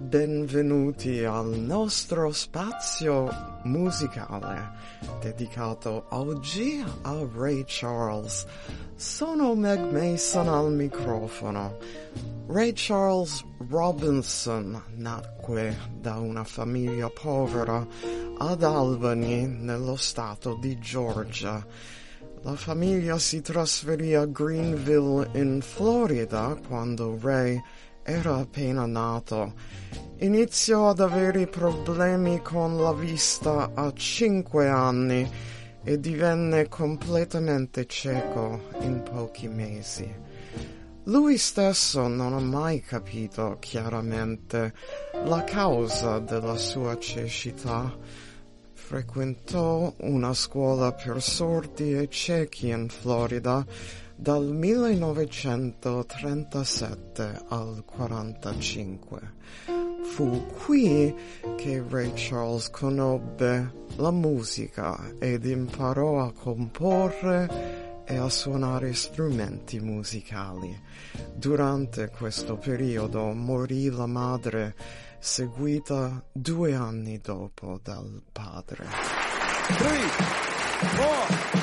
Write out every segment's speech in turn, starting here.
benvenuti al nostro spazio musicale dedicato oggi a Ray Charles. Sono Meg Mason al microfono. Ray Charles Robinson nacque da una famiglia povera ad Albany, nello stato di Georgia. La famiglia si trasferì a Greenville in Florida quando Ray era appena nato. Iniziò ad avere problemi con la vista a 5 anni e divenne completamente cieco in pochi mesi. Lui stesso non ha mai capito chiaramente la causa della sua cecità. Frequentò una scuola per sordi e ciechi in Florida dal 1937 al 1945. Fu qui che Ray Charles conobbe la musica ed imparò a comporre e a suonare strumenti musicali. Durante questo periodo morì la madre, seguita 2 anni dopo dal padre. 3, 4.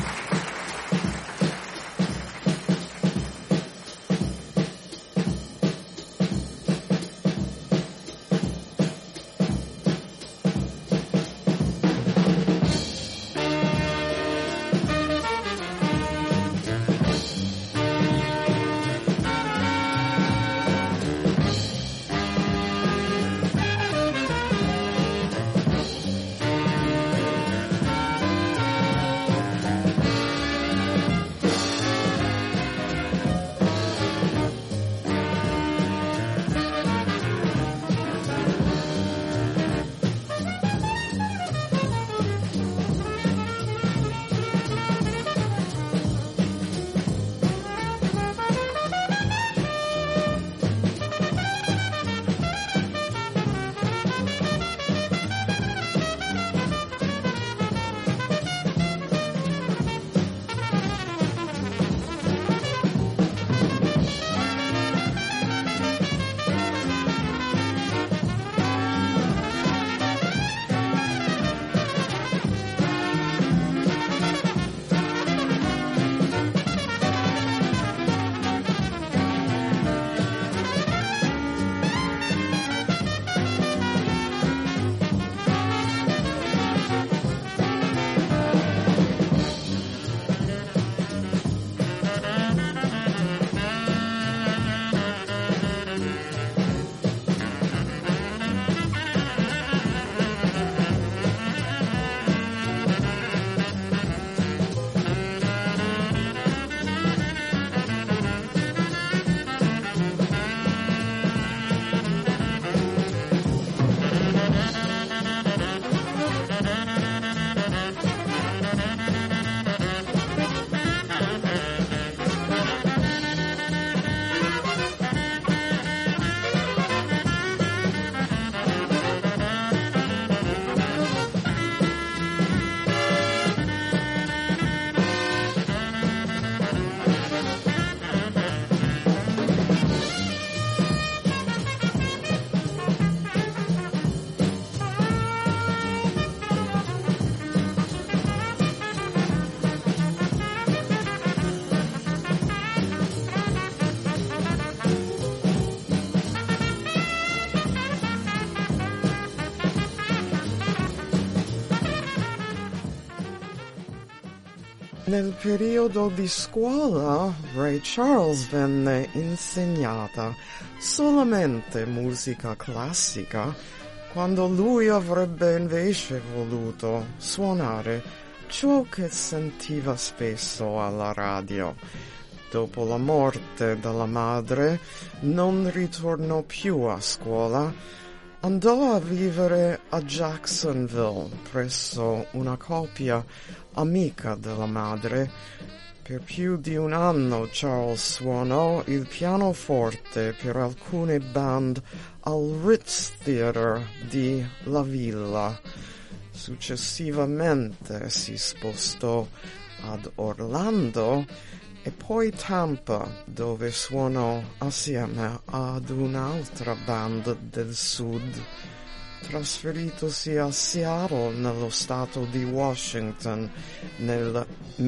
Nel periodo di scuola, Ray Charles venne insegnata solamente musica classica, quando lui avrebbe invece voluto suonare ciò che sentiva spesso alla radio. Dopo la morte della madre, non ritornò più a scuola. Andò a vivere a Jacksonville presso una coppia amica della madre. Per più di 1 anno Charles suonò il pianoforte per alcune band al Ritz Theater di La Villa. Successivamente si spostò ad Orlando e poi Tampa, dove suonò assieme ad un'altra band del sud. Trasferitosi a Seattle, nello stato di Washington, nel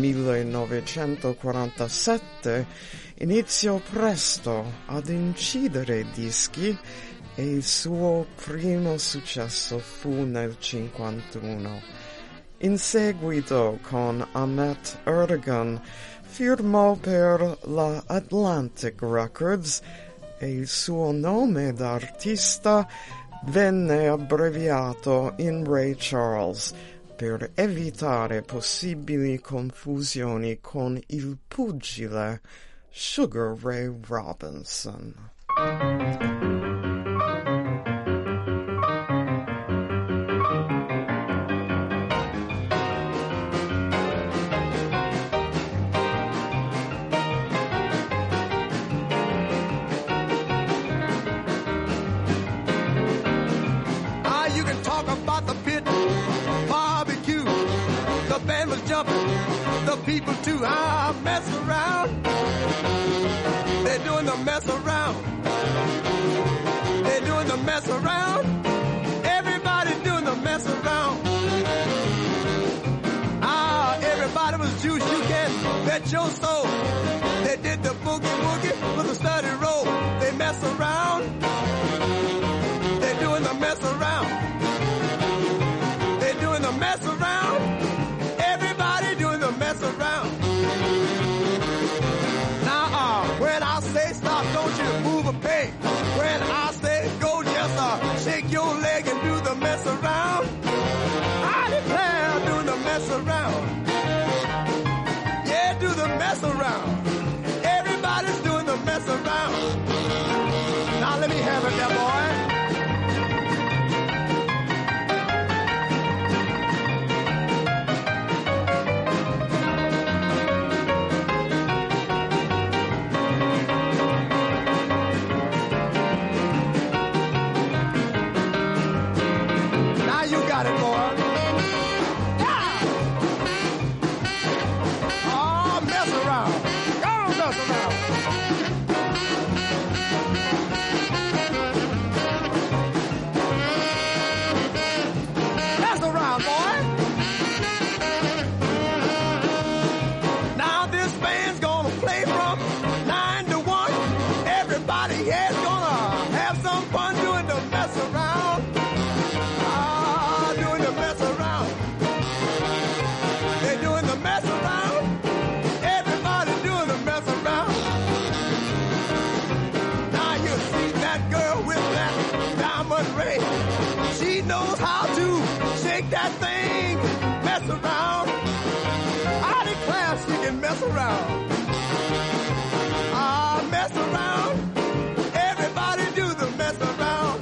1947, iniziò presto ad incidere dischi e il suo primo successo fu nel 1951. In seguito, con Ahmet Ertegun, firmò per la Atlantic Records e il suo nome d'artista venne abbreviato in Ray Charles per evitare possibili confusioni con il pugile Sugar Ray Robinson. The people too, mess around. They're doing the mess around. They're doing the mess around. Everybody's doing the mess around. Everybody was juice, you can bet your soul. They did the boogie woogie with a steady roll. They mess around. They're doing the mess around. They're doing the mess around. Mess around. Now, when I say stop, don't you move a peg. When I say go, just shake your leg and do the mess around. I declare, do the mess around. Yeah, do the mess around. Everybody's doing the mess around. Now let me have it there, boy. Mess around. Mess around. Everybody do the mess around.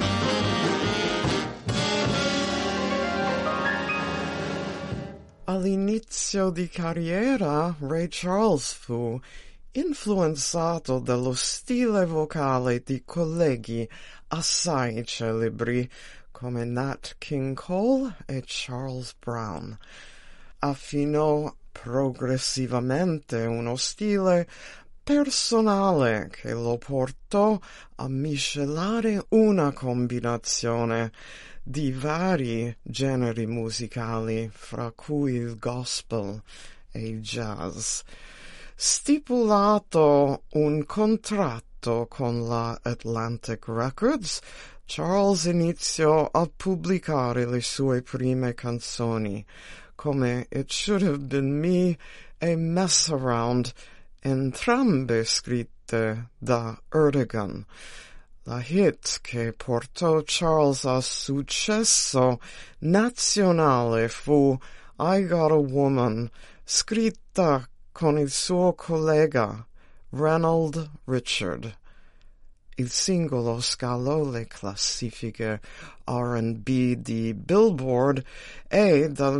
All'inizio di carriera, Ray Charles fu influenzato dallo stile vocale di colleghi assai celebri come Nat King Cole e Charles Brown. Affinò progressivamente uno stile personale che lo portò a miscelare una combinazione di vari generi musicali, fra cui il gospel e il jazz. Stipulato un contratto con la Atlantic Records, Charles iniziò a pubblicare le sue prime canzoni, come It Should Have Been Me e Mess Around, entrambe scritte da Ertegun. La hit che portò Charles a successo nazionale fu I Got a Woman, scritta con il suo collega Ronald Richard. Il singolo scalò le classifiche R&B di Billboard e dal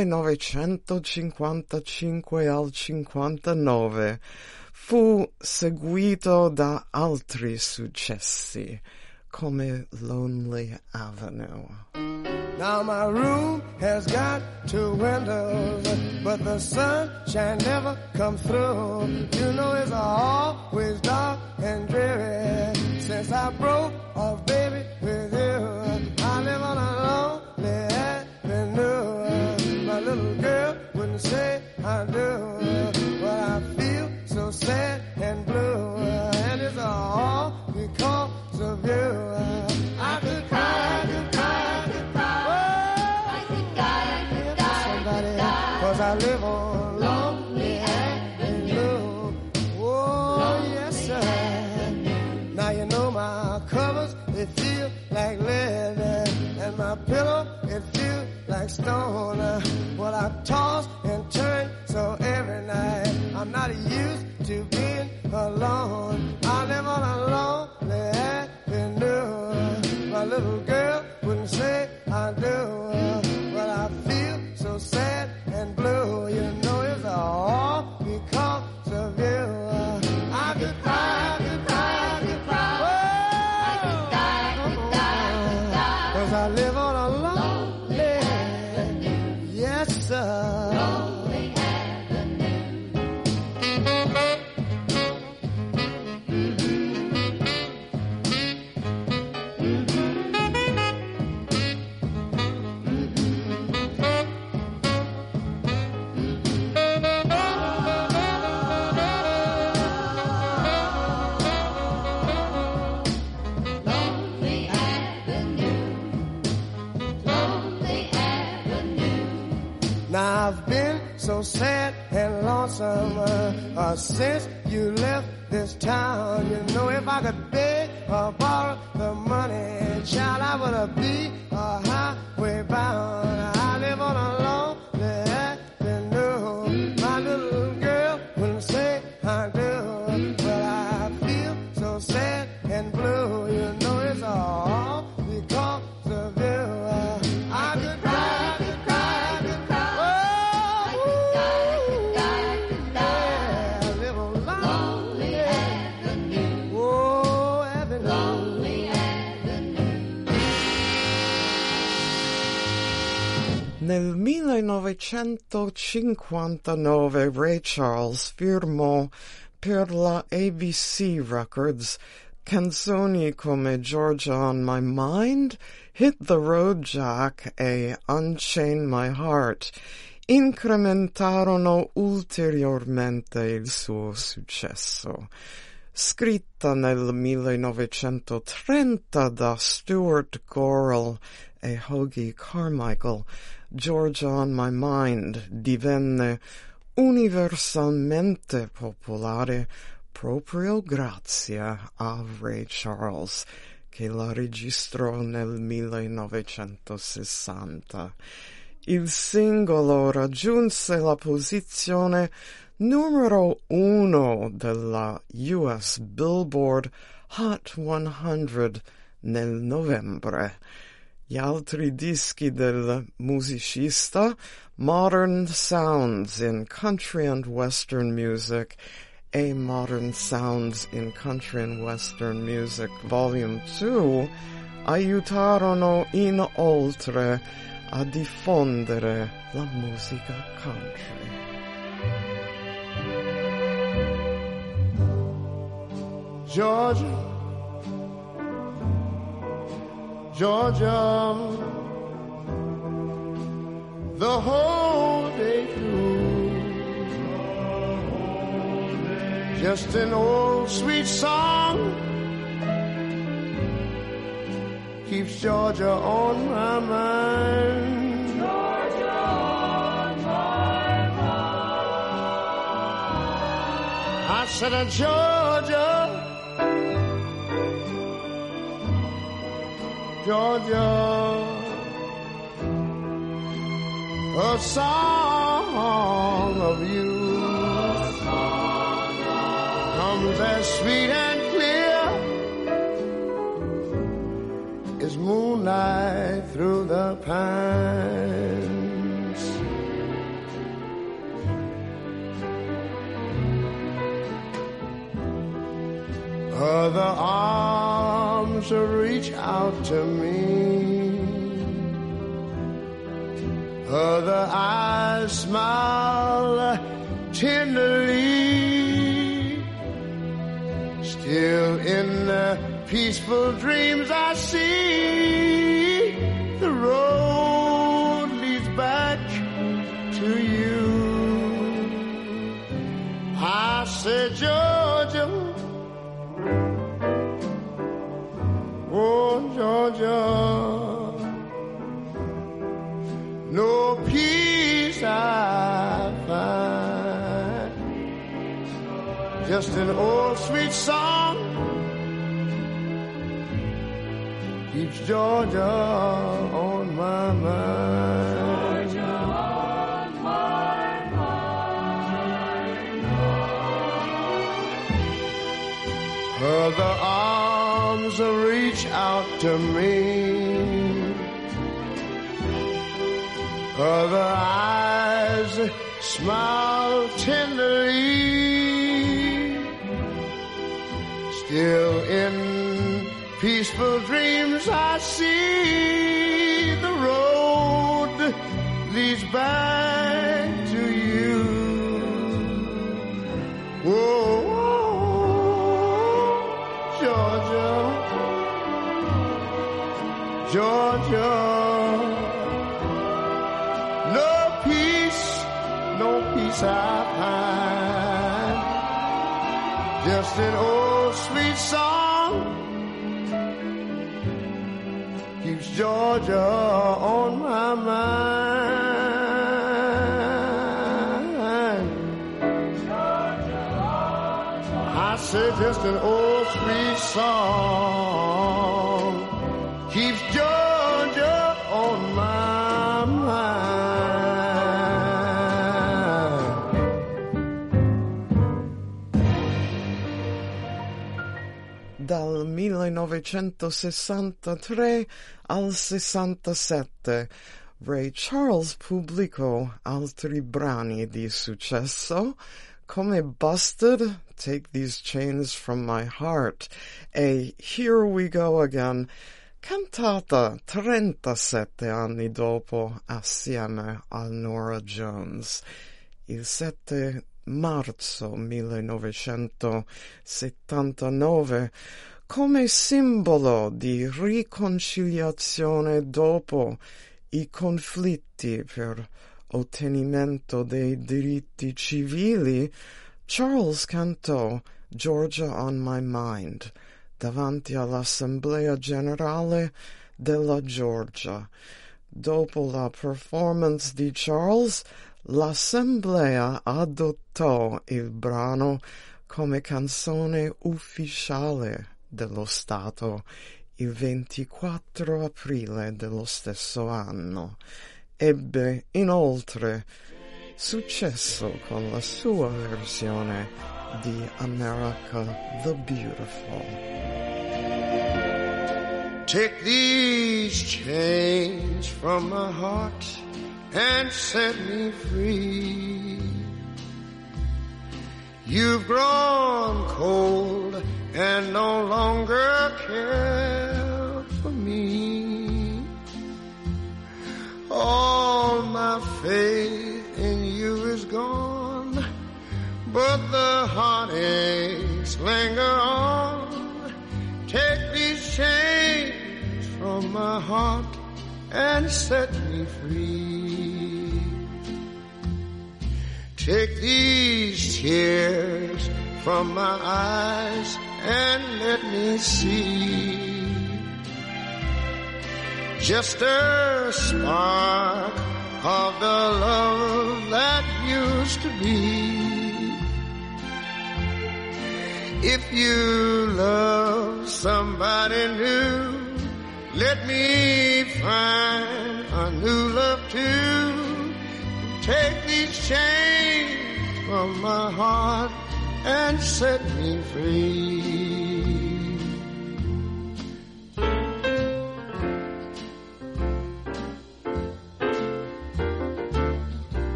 1955 al 59 fu seguito da altri successi come Lonely Avenue. Now my room has got 2 windows, but the sunshine never comes through. You know it's always dark and dreary since I broke off, baby, with you. I live on a lonely avenue. My little girl wouldn't say I do, but I feel so sad and blue, and it's all because of you. I could cry, could cry, could cry. Oh, I could die, somebody, 'cause I live on Lonely Avenue. Oh, yes, sir. Now you know my covers, they feel like lead, and my pillow, it feels like stone. Well, I toss and turn so every night. I'm not used to being alone. I live on a lonely avenue. My little girl wouldn't say I do, but I feel so sad and blue. You know it's all because of you. I could cry, could cry, could cry. Oh, I could die, could die, could die. 'Cause I live on a lonely avenue. Yes, sir. Lonely Now I've been so sad and lonesome since you left this town. You know if I could beg or borrow the money, child, I would be highway bound. I live on a lonely avenue. My little girl wouldn't say I do, but I feel so sad and blue. You know it's all because of you. I could cry, could cry, could cry. Nel 1959 Ray Charles firmò per la ABC Records canzoni come Georgia on My Mind, Hit the Road Jack e Unchain My Heart. Incrementarono ulteriormente il suo successo. Scritta nel 1930 da Stuart Gorrell e Hoagy Carmichael, Georgia on My Mind divenne universalmente popolare proprio grazie a Ray Charles, che la registrò nel 1960. Il singolo raggiunse la posizione numero 1 della US Billboard Hot 100 nel novembre. Gli altri dischi del musicista, Modern Sounds in Country and Western Music e Modern Sounds in Country and Western Music Volume 2, aiutarono inoltre a diffondere la musica country. Georgia, Georgia, the whole day through, just an old sweet song keeps Georgia on my mind. Georgia on my mind. I said, Georgia, Georgia, a song of you comes as sweet and clear as moonlight through the pines. Other arms reach out to me, Other eyes smile tenderly. Still in the peaceful dreams I see the road leads back to you. I said, Georgia, oh Georgia, no peace I find, just an old sweet song keeps Georgia on my mind. Georgia on my mind. Other arms reach out to me. Other eyes smile tenderly. Still in peaceful dreams I see the road leads back to you. Whoa, Georgia, Georgia, no peace I find, just an old sweet song keeps Georgia on my mind. Georgia on my mind. I say just an old sweet song keeps Georgia on my mind. Dal 1963 al 67 Ray Charles pubblicò altri brani di successo come Busted, Take These Chains From My Heart e Here We Go Again, cantata 37 anni dopo assieme a Norah Jones. Il 7 marzo 1979 come simbolo di riconciliazione dopo i conflitti per ottenimento dei diritti civili, Charles cantò Georgia on My Mind davanti all'Assemblea Generale della Georgia. Dopo la performance di Charles, l'Assemblea adottò il brano come canzone ufficiale dello Stato il 24 aprile dello stesso anno. Ebbe inoltre successo con la sua versione di America the Beautiful. Take these chains from my heart and set me free. You've grown cold and no longer care for me. All my faith in you is gone, but the heartaches linger on. Take these chains from my heart and set me free. Take these tears from my eyes and let me see just a spark of the love that used to be. If you love somebody new, let me find a new love too. Take these chains from my heart and set me free.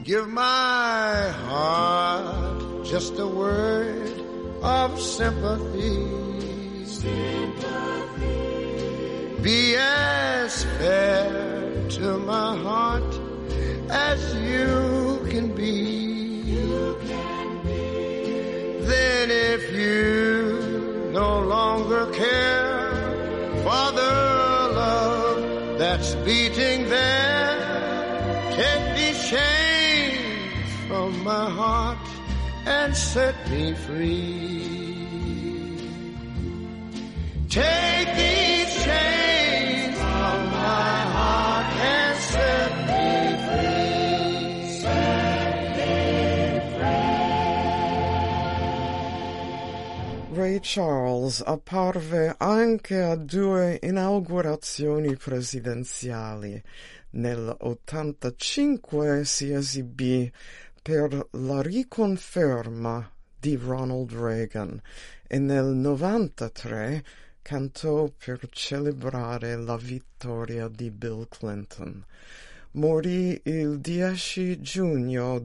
give my heart just a word of sympathy. Be as fair to my heart as you can be. Then if you no longer care for the love that's beating there, take these chains from my heart and set me free. Take these chains from my heart and set me free. Set me free. Ray Charles apparve anche a 2 inaugurazioni presidenziali. Nel 85 si esibì per la riconferma di Ronald Reagan e nel 93 cantò per celebrare la vittoria di Bill Clinton. Morì il 10 giugno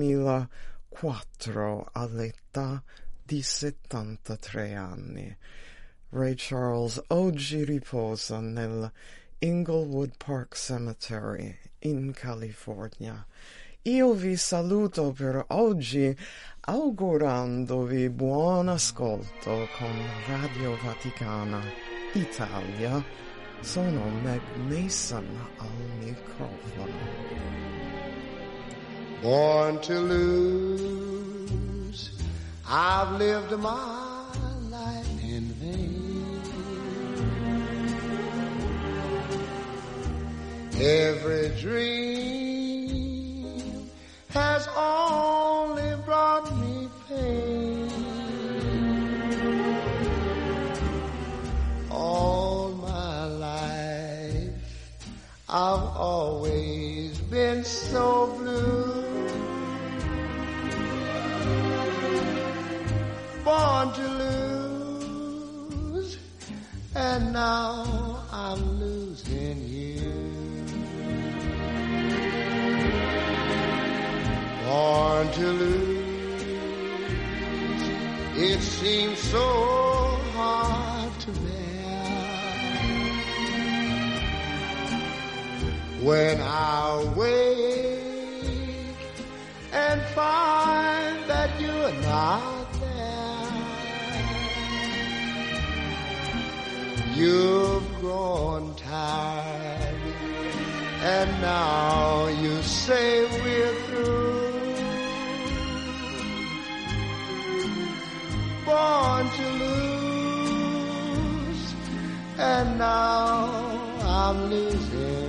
2004 all'età di 73 anni. Ray Charles oggi riposa nel Inglewood Park Cemetery in California. Io vi saluto per oggi augurandovi buon ascolto con Radio Vaticana Italia. Sono Meg Mason al microfono. Born to lose, I've lived my life in vain. Every dream has only brought me pain. All my life I've always been so blue. Born to lose, and now I'm losing you. Born to lose, it seems so hard to bear. When I wake and find that you're not there, you've grown tired, and now you say we're through. Born to lose, and now I'm losing.